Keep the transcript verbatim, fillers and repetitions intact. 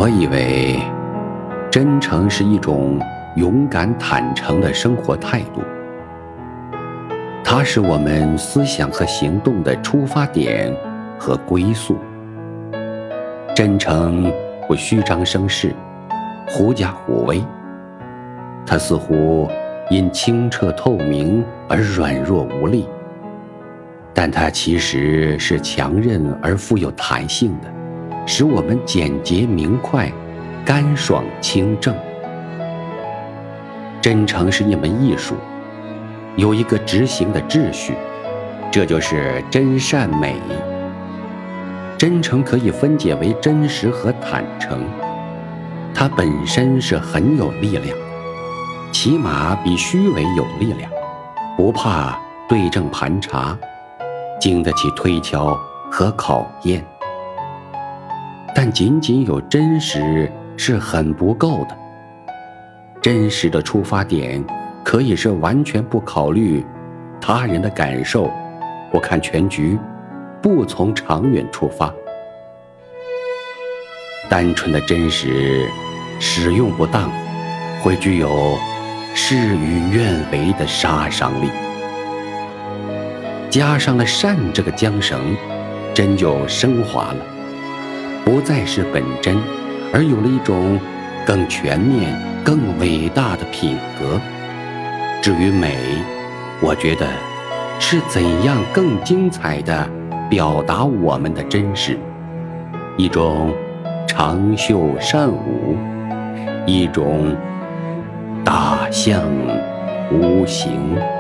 我以为真诚是一种勇敢坦诚的生活态度，它是我们思想和行动的出发点和归宿。真诚不虚张声势，狐假虎威，它似乎因清澈透明而软弱无力，但它其实是强韧而富有弹性的，使我们简洁明快，干爽清正。真诚是一门艺术，有一个执行的秩序，这就是真善美。真诚可以分解为真实和坦诚，它本身是很有力量的，起码比虚伪有力量，不怕对症盘查，经得起推敲和考验。但仅仅有真实是很不够的，真实的出发点可以是完全不考虑他人的感受，不看全局，不从长远出发。单纯的真实使用不当，会具有事与愿违的杀伤力。加上了善这个缰绳，真就升华了，不再是本真，而有了一种更全面更伟大的品格。至于美，我觉得是怎样更精彩地表达我们的真实，一种长袖善舞，一种大象无形。